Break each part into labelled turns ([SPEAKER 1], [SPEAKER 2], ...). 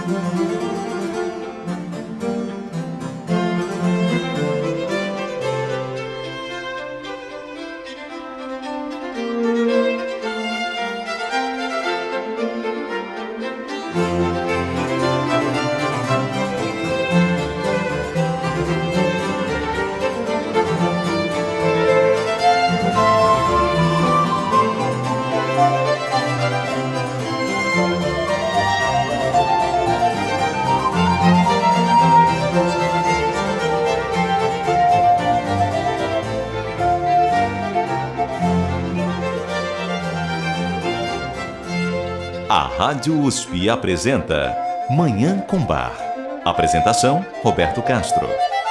[SPEAKER 1] A Rádio USP apresenta Manhã com Bar. Apresentação, Roberto Castro.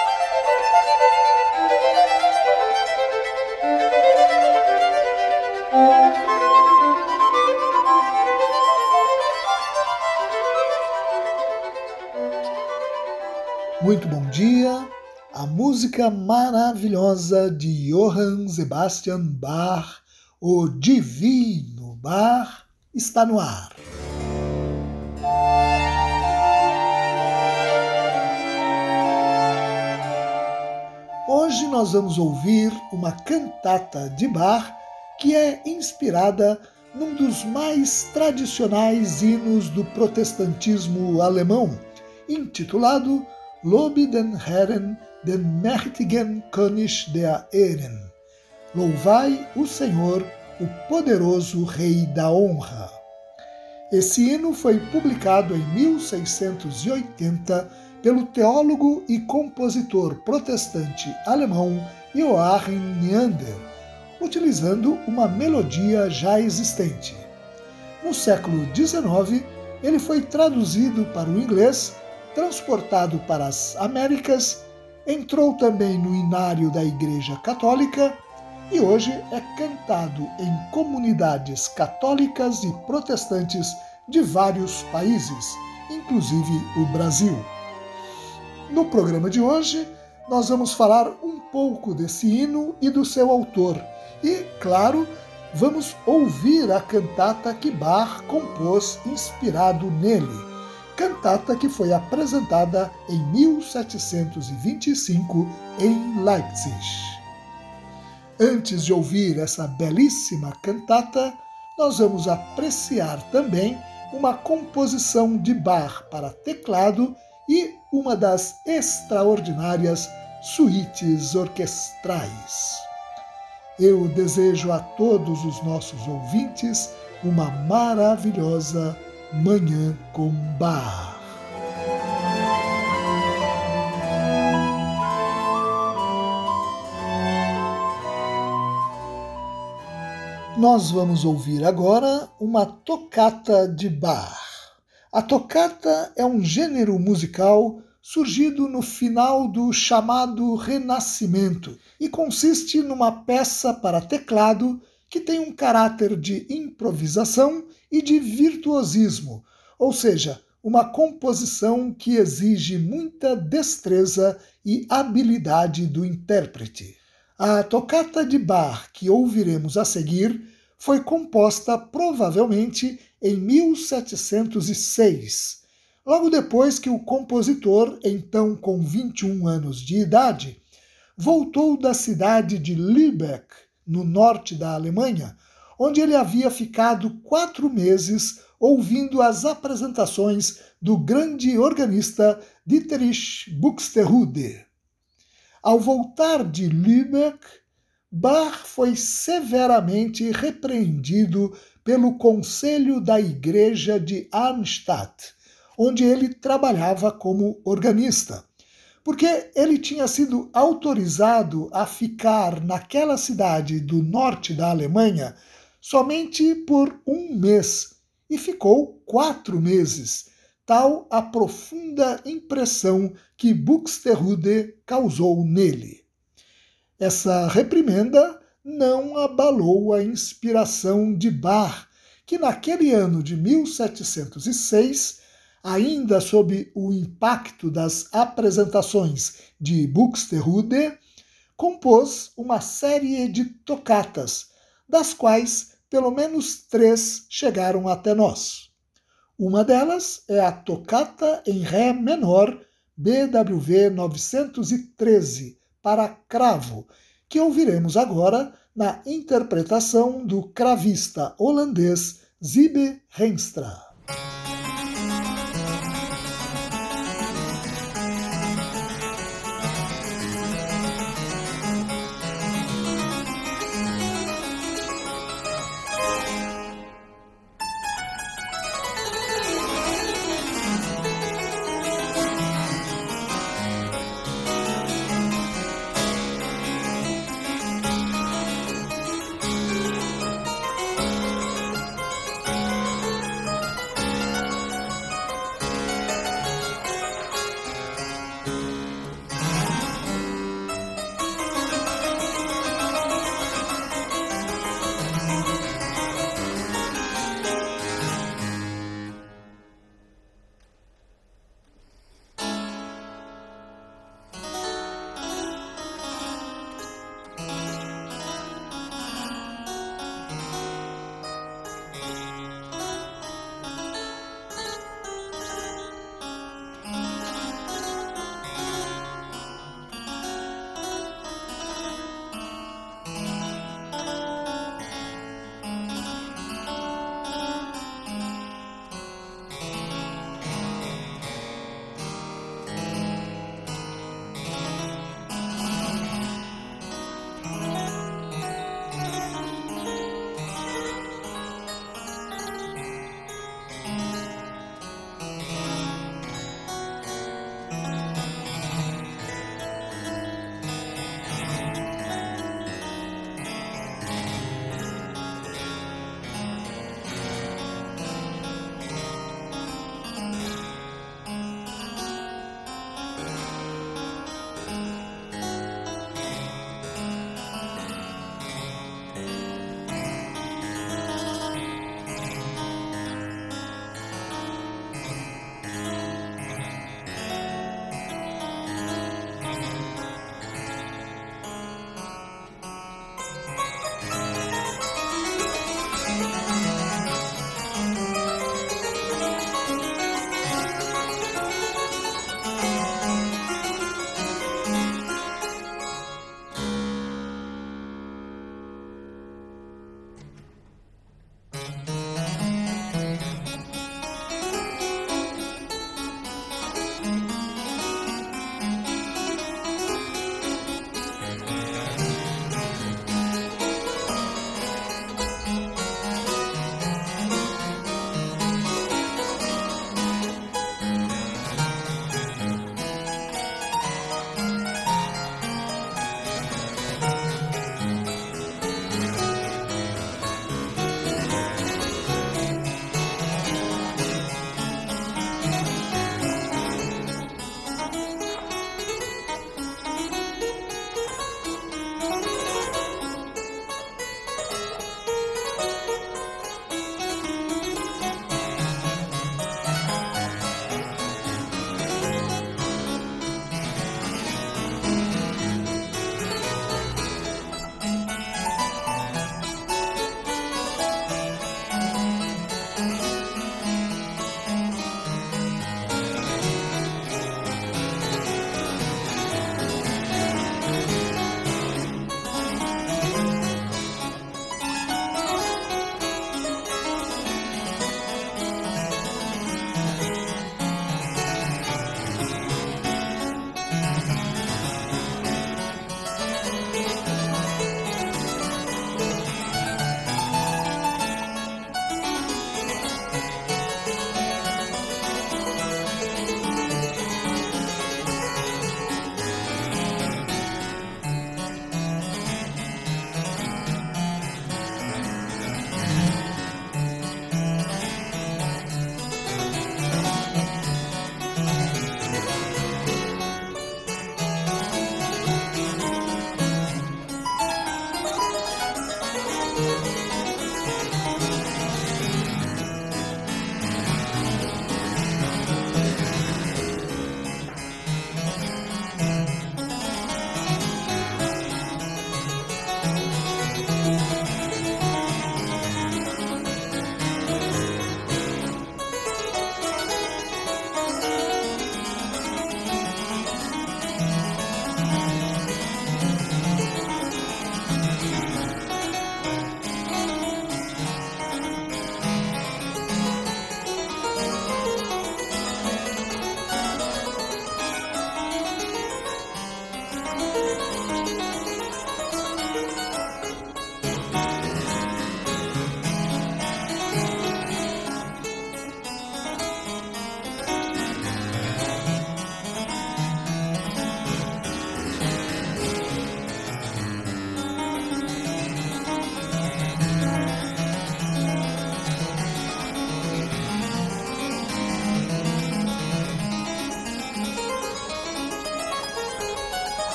[SPEAKER 2] Muito bom dia. A música maravilhosa de Johann Sebastian Bach, o Divino Bach, está no ar. Hoje nós vamos ouvir uma cantata de Bach que é inspirada num dos mais tradicionais hinos do protestantismo alemão, intitulado Lobe den Herren, den mächtigen König der Ehren. Louvai o Senhor, o poderoso Rei da Honra. Esse hino foi publicado em 1680 pelo teólogo e compositor protestante alemão Joachim Neander, utilizando uma melodia já existente. No século XIX, ele foi traduzido para o inglês, transportado para as Américas, entrou também no inário da Igreja Católica e hoje é cantado em comunidades católicas e protestantes de vários países, inclusive o Brasil. No programa de hoje, nós vamos falar um pouco desse hino e do seu autor e, claro, vamos ouvir a cantata que Bach compôs inspirado nele, cantata que foi apresentada em 1725 em Leipzig. Antes de ouvir essa belíssima cantata, nós vamos apreciar também uma composição de Bach para teclado e uma das extraordinárias suítes orquestrais. Eu desejo a todos os nossos ouvintes uma maravilhosa Manhã com Bach. Nós vamos ouvir agora uma tocata de Bach. A tocata é um gênero musical surgido no final do chamado Renascimento e consiste numa peça para teclado que tem um caráter de improvisação e de virtuosismo, ou seja, uma composição que exige muita destreza e habilidade do intérprete. A tocata de Bach que ouviremos a seguir foi composta provavelmente em 1706, logo depois que o compositor, então com 21 anos de idade, voltou da cidade de Lübeck, no norte da Alemanha, onde ele havia ficado 4 meses ouvindo as apresentações do grande organista Dietrich Buxtehude. Ao voltar de Lübeck, Bach foi severamente repreendido pelo conselho da igreja de Arnstadt, onde ele trabalhava como organista, porque ele tinha sido autorizado a ficar naquela cidade do norte da Alemanha somente por 1 mês e ficou 4 meses, tal a profunda impressão que Buxtehude causou nele. Essa reprimenda não abalou a inspiração de Bach, que naquele ano de 1706, ainda sob o impacto das apresentações de Buxtehude, compôs uma série de tocatas, das quais pelo menos 3 chegaram até nós. Uma delas é a Tocata em Ré menor, BWV 913, para cravo, que ouviremos agora na interpretação do cravista holandês Siebe Heemstra.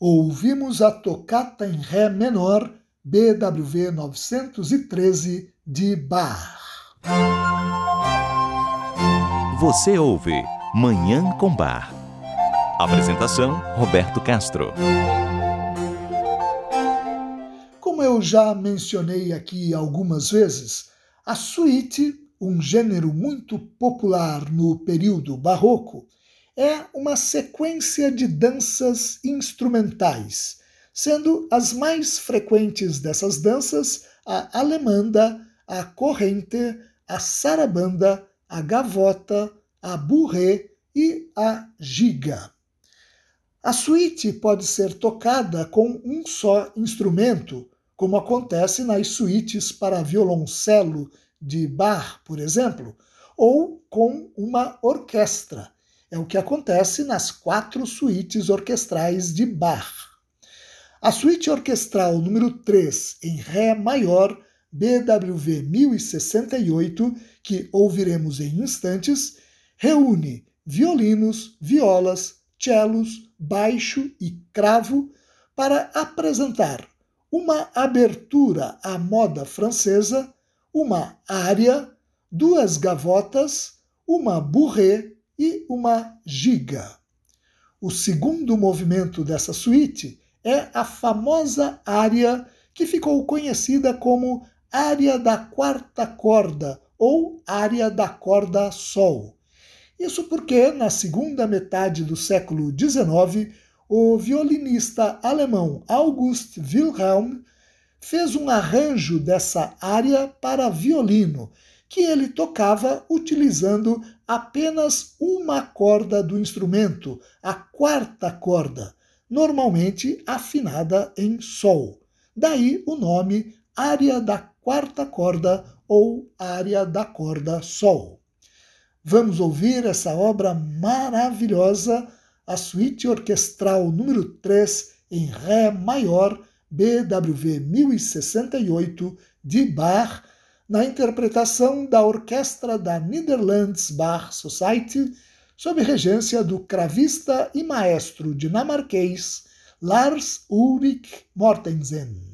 [SPEAKER 2] ouvimos a tocata em Ré menor, BWV 913, de Bach.
[SPEAKER 1] Você ouve Manhã com Bar. Apresentação, Roberto Castro.
[SPEAKER 2] Como eu já mencionei aqui algumas vezes, a suíte, um gênero muito popular no período barroco, é uma sequência de danças instrumentais, sendo as mais frequentes dessas danças a alemanda, a corrente, a sarabanda, a gavota, a bourrée e a giga. A suíte pode ser tocada com um só instrumento, como acontece nas suítes para violoncelo de Bach, por exemplo, ou com uma orquestra. É o que acontece nas 4 suítes orquestrais de Bach. A suíte orquestral número 3, em Ré maior, BWV 1068, que ouviremos em instantes, reúne violinos, violas, cellos, baixo e cravo para apresentar uma abertura à moda francesa, uma ária, 2 gavotas, uma bourrée e uma giga. O segundo movimento dessa suíte é a famosa área que ficou conhecida como área da quarta corda ou área da corda sol. Isso porque, na segunda metade do século XIX, o violinista alemão August Wilhelm fez um arranjo dessa área para violino, que ele tocava utilizando apenas uma corda do instrumento, a quarta corda, normalmente afinada em sol. Daí o nome área da quarta corda ou área da corda sol. Vamos ouvir essa obra maravilhosa, a suíte orquestral número 3 em Ré maior, BWV 1068, de Bach, na interpretação da Orquestra da Netherlands Bach Society, sob regência do cravista e maestro dinamarquês Lars Ulrik Mortensen.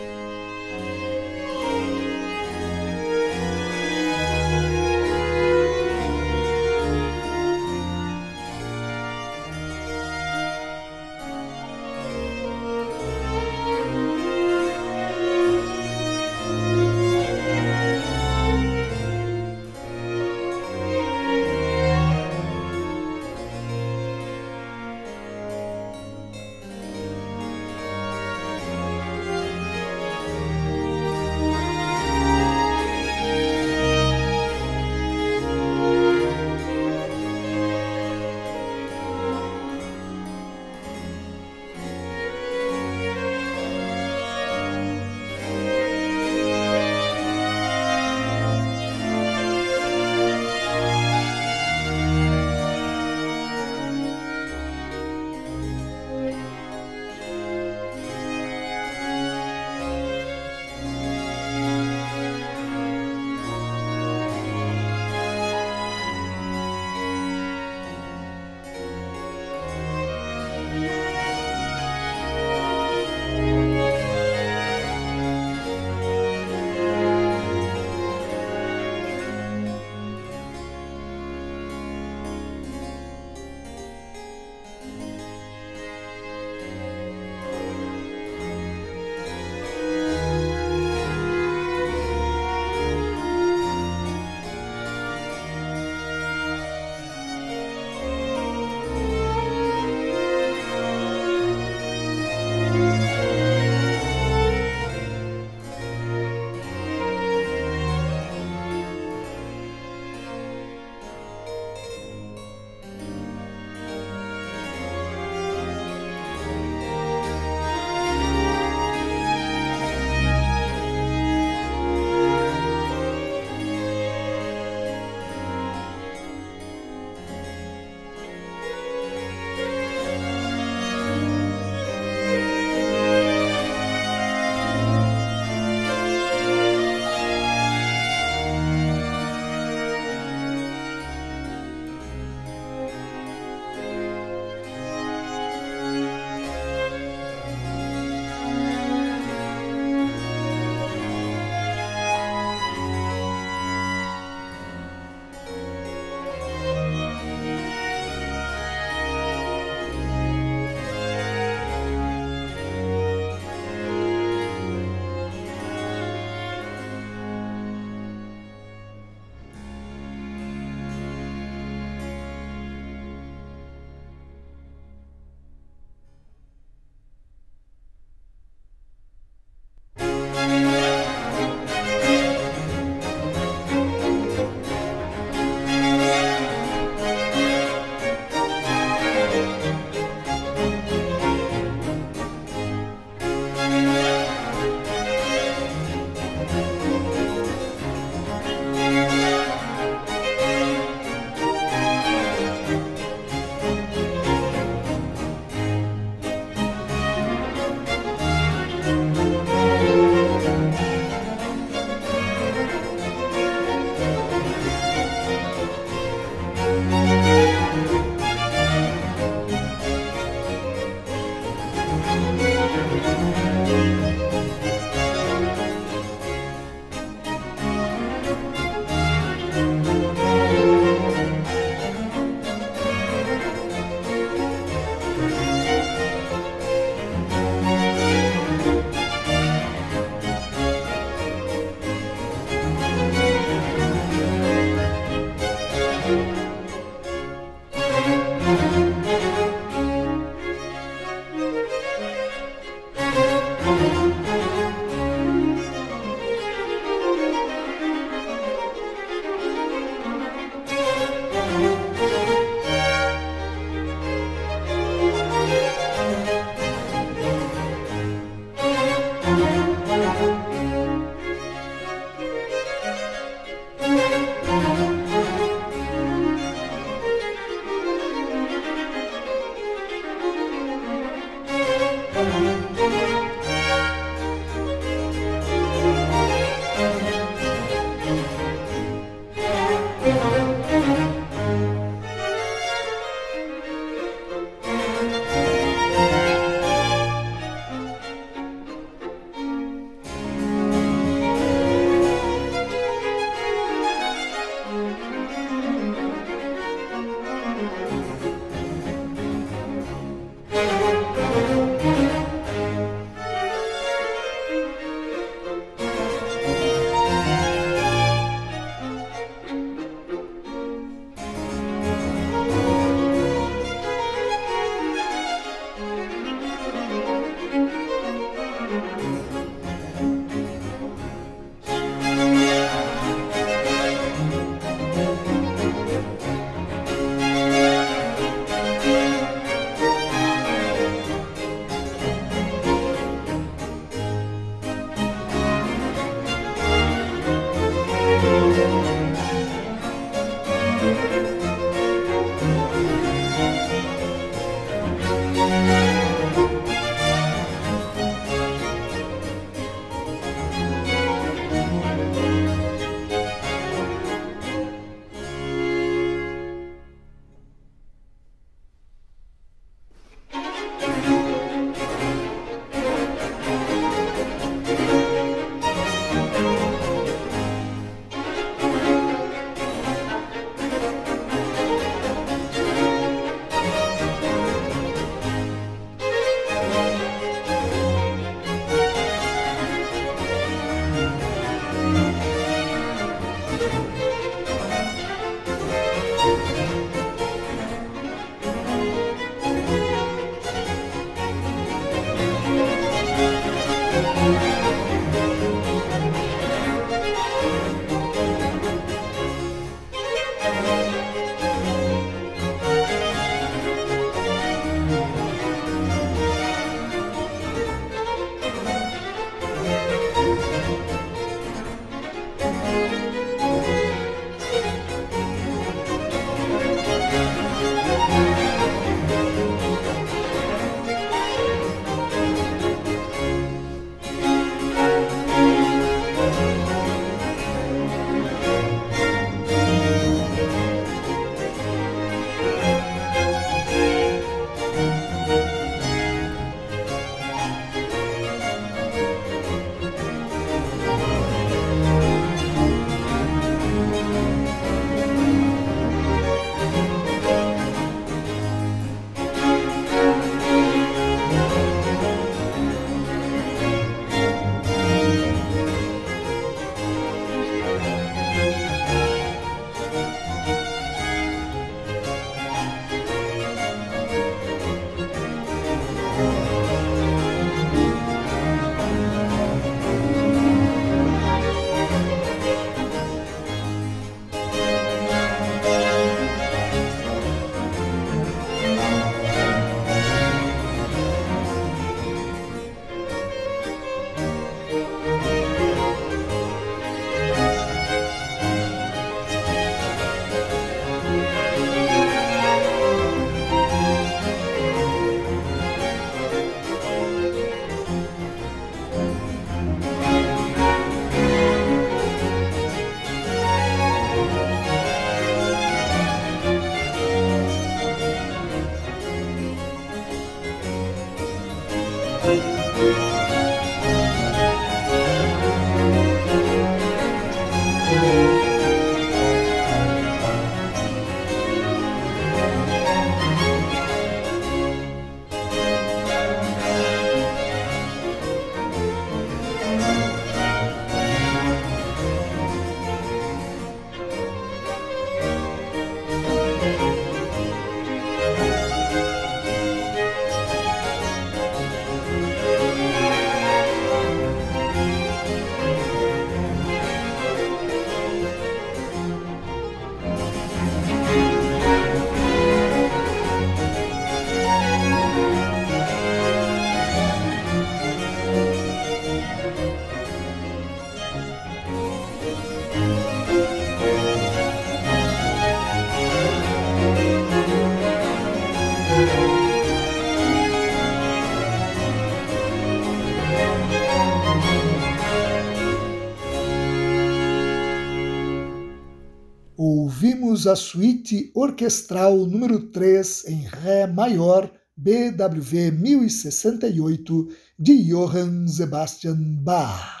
[SPEAKER 2] Ouvimos a suíte orquestral número 3 em Ré maior, BWV 1068, de Johann Sebastian Bach.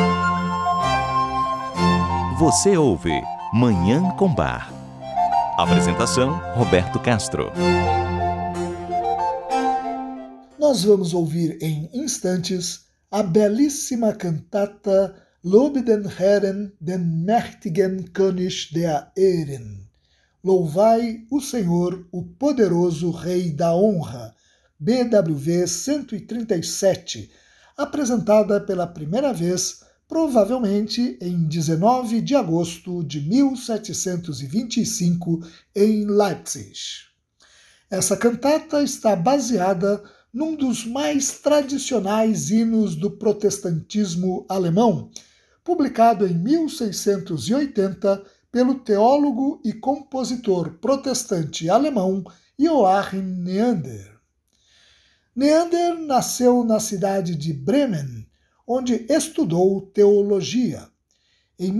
[SPEAKER 1] Você ouve Manhã com Bar. Apresentação, Roberto Castro.
[SPEAKER 2] Nós vamos ouvir em instantes a belíssima cantata Lobe den Herren, den mächtigen König der Ehren. Louvai o Senhor, o poderoso Rei da Honra, BWV 137, apresentada pela primeira vez, provavelmente em 19 de agosto de 1725, em Leipzig. Essa cantata está baseada num dos mais tradicionais hinos do protestantismo alemão, publicado em 1680 pelo teólogo e compositor protestante alemão Joachim Neander. Neander nasceu na cidade de Bremen, onde estudou teologia. Em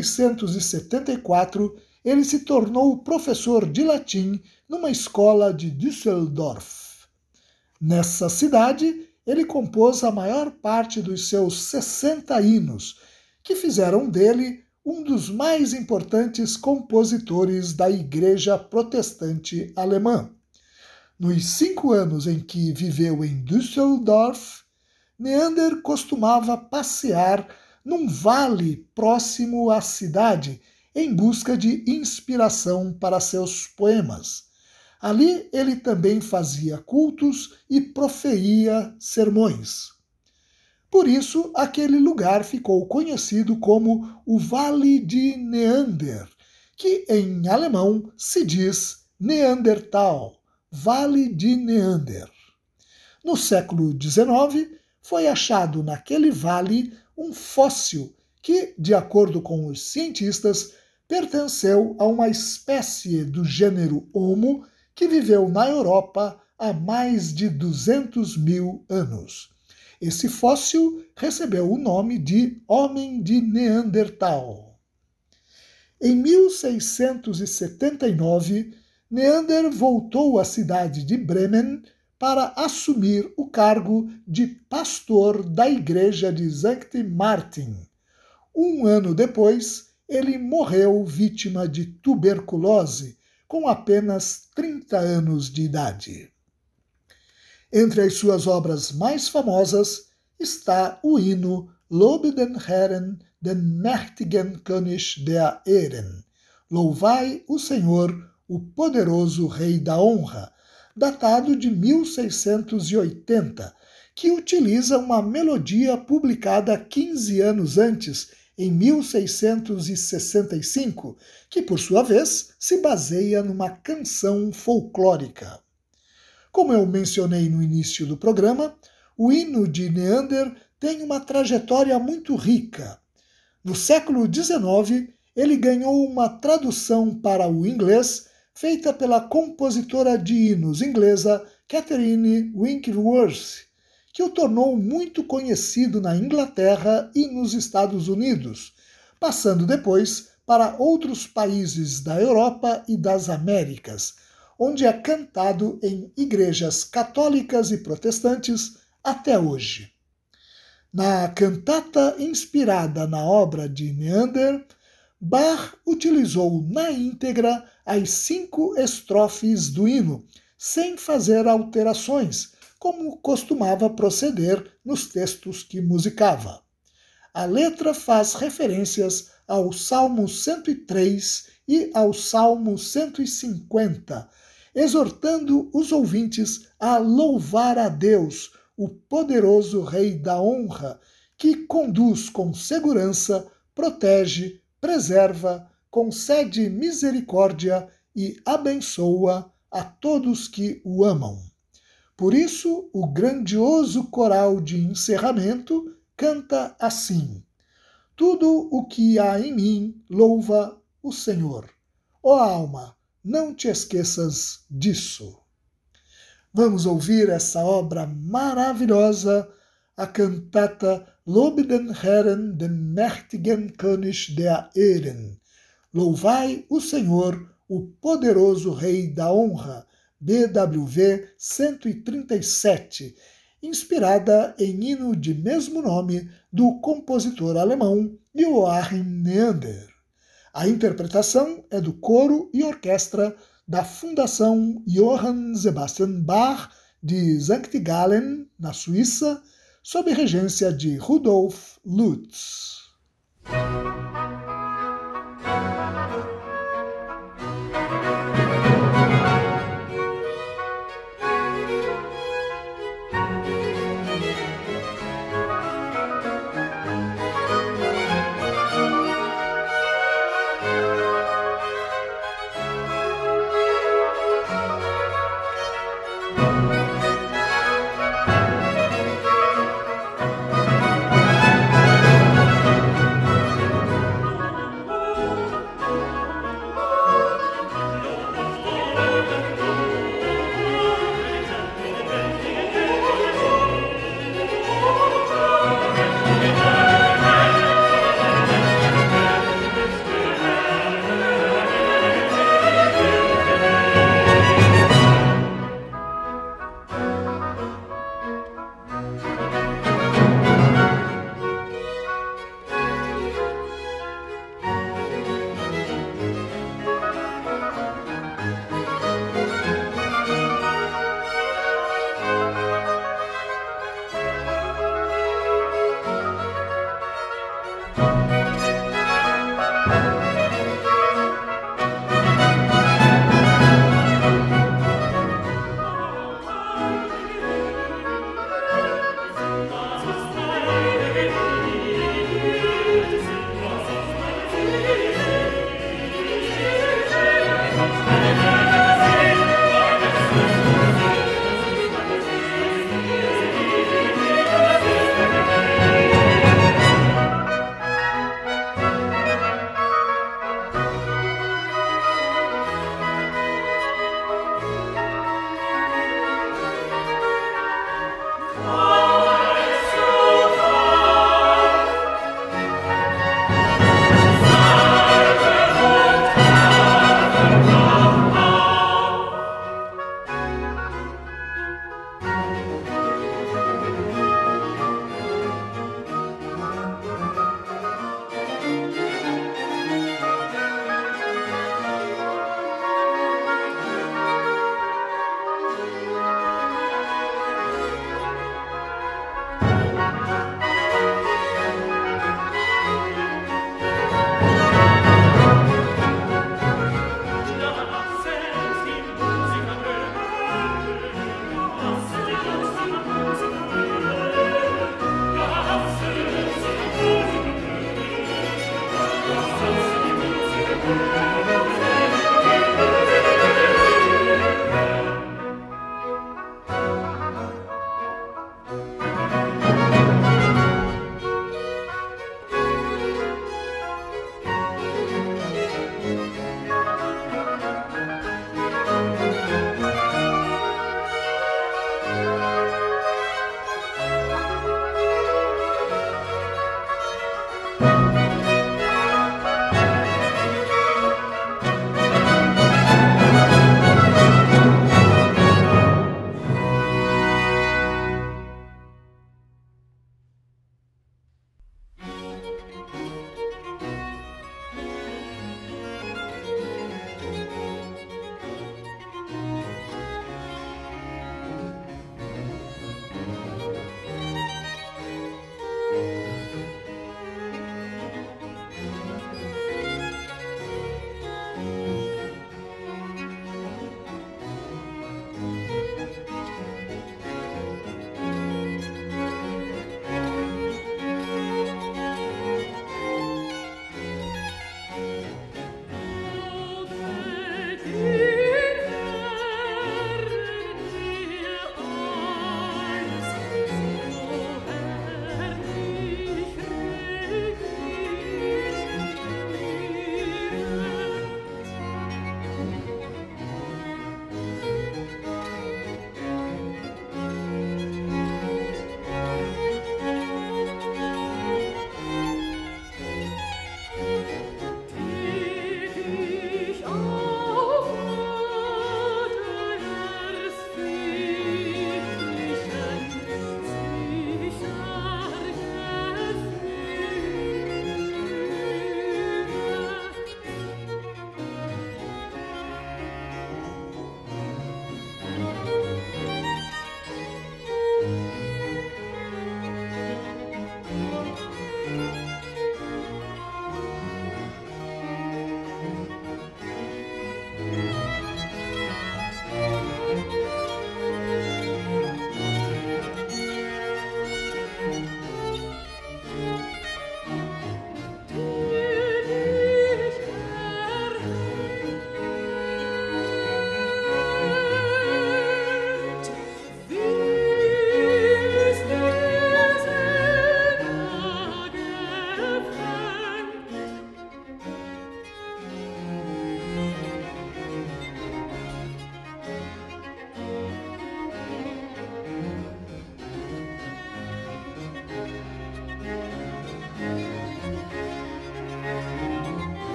[SPEAKER 2] 1674, ele se tornou professor de latim numa escola de Düsseldorf. Nessa cidade, ele compôs a maior parte dos seus 60 hinos, que fizeram dele um dos mais importantes compositores da Igreja Protestante Alemã. Nos 5 anos em que viveu em Düsseldorf, Neander costumava passear num vale próximo à cidade em busca de inspiração para seus poemas. Ali ele também fazia cultos e proferia sermões. Por isso, aquele lugar ficou conhecido como o Vale de Neander, que em alemão se diz Neandertal, Vale de Neander. No século XIX, foi achado naquele vale um fóssil que, de acordo com os cientistas, pertenceu a uma espécie do gênero Homo que viveu na Europa há mais de 200.000 anos. Esse fóssil recebeu o nome de Homem de Neandertal. Em 1679, Neander voltou à cidade de Bremen para assumir o cargo de pastor da igreja de Sankt Martin. Um ano depois, ele morreu vítima de tuberculose, com apenas 30 anos de idade. Entre as suas obras mais famosas está o hino Lobe den Herren, den mächtigen König der Ehren. Louvai o Senhor, o poderoso Rei da Honra, datado de 1680, que utiliza uma melodia publicada 15 anos antes, em 1665, que, por sua vez, se baseia numa canção folclórica. Como eu mencionei no início do programa, o hino de Neander tem uma trajetória muito rica. No século XIX, ele ganhou uma tradução para o inglês feita pela compositora de hinos inglesa Catherine Winkworth, que o tornou muito conhecido na Inglaterra e nos Estados Unidos, passando depois para outros países da Europa e das Américas, onde é cantado em igrejas católicas e protestantes até hoje. Na cantata inspirada na obra de Neander, Bach utilizou na íntegra as 5 estrofes do hino, sem fazer alterações, como costumava proceder nos textos que musicava. A letra faz referências ao Salmo 103 e ao Salmo 150, exortando os ouvintes a louvar a Deus, o poderoso Rei da Honra, que conduz com segurança, protege, preserva, concede misericórdia e abençoa a todos que o amam. Por isso, o grandioso coral de encerramento canta assim: Tudo o que há em mim louva o Senhor. Ó alma, não te esqueças disso. Vamos ouvir essa obra maravilhosa, a cantata Lobe den Herren, den mächtigen König der Ehren. Louvai o Senhor, o poderoso Rei da Honra, BWV 137, inspirada em hino de mesmo nome do compositor alemão Joachim Neander. A interpretação é do coro e orquestra da Fundação Johann Sebastian Bach de St. Gallen, na Suíça, sob regência de Rudolf Lutz.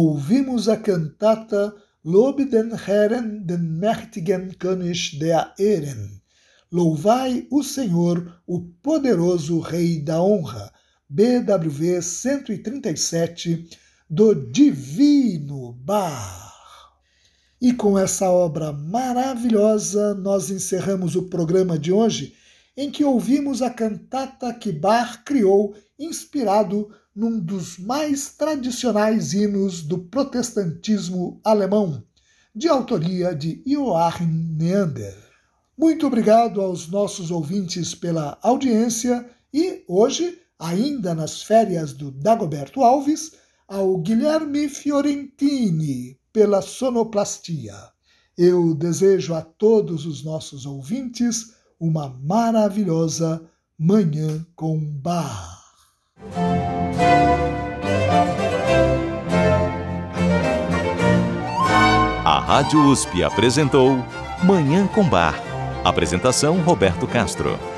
[SPEAKER 2] ouvimos a cantata Lobe den Herren, den mächtigen König der Ehren. Louvai o Senhor, o poderoso Rei da Honra, BWV 137, do Divino Bach. E com essa obra maravilhosa, nós encerramos o programa de hoje, em que ouvimos a cantata que Bach criou, inspirado num dos mais tradicionais hinos do protestantismo alemão, de autoria de Joachim Neander. Muito obrigado aos nossos ouvintes pela audiência e, hoje, ainda nas férias do Dagoberto Alves, ao Guilherme Fiorentini pela sonoplastia. Eu desejo a todos os nossos ouvintes uma maravilhosa Manhã com Bach.
[SPEAKER 1] A Rádio USP apresentou Manhã com Bach. Apresentação Roberto Castro.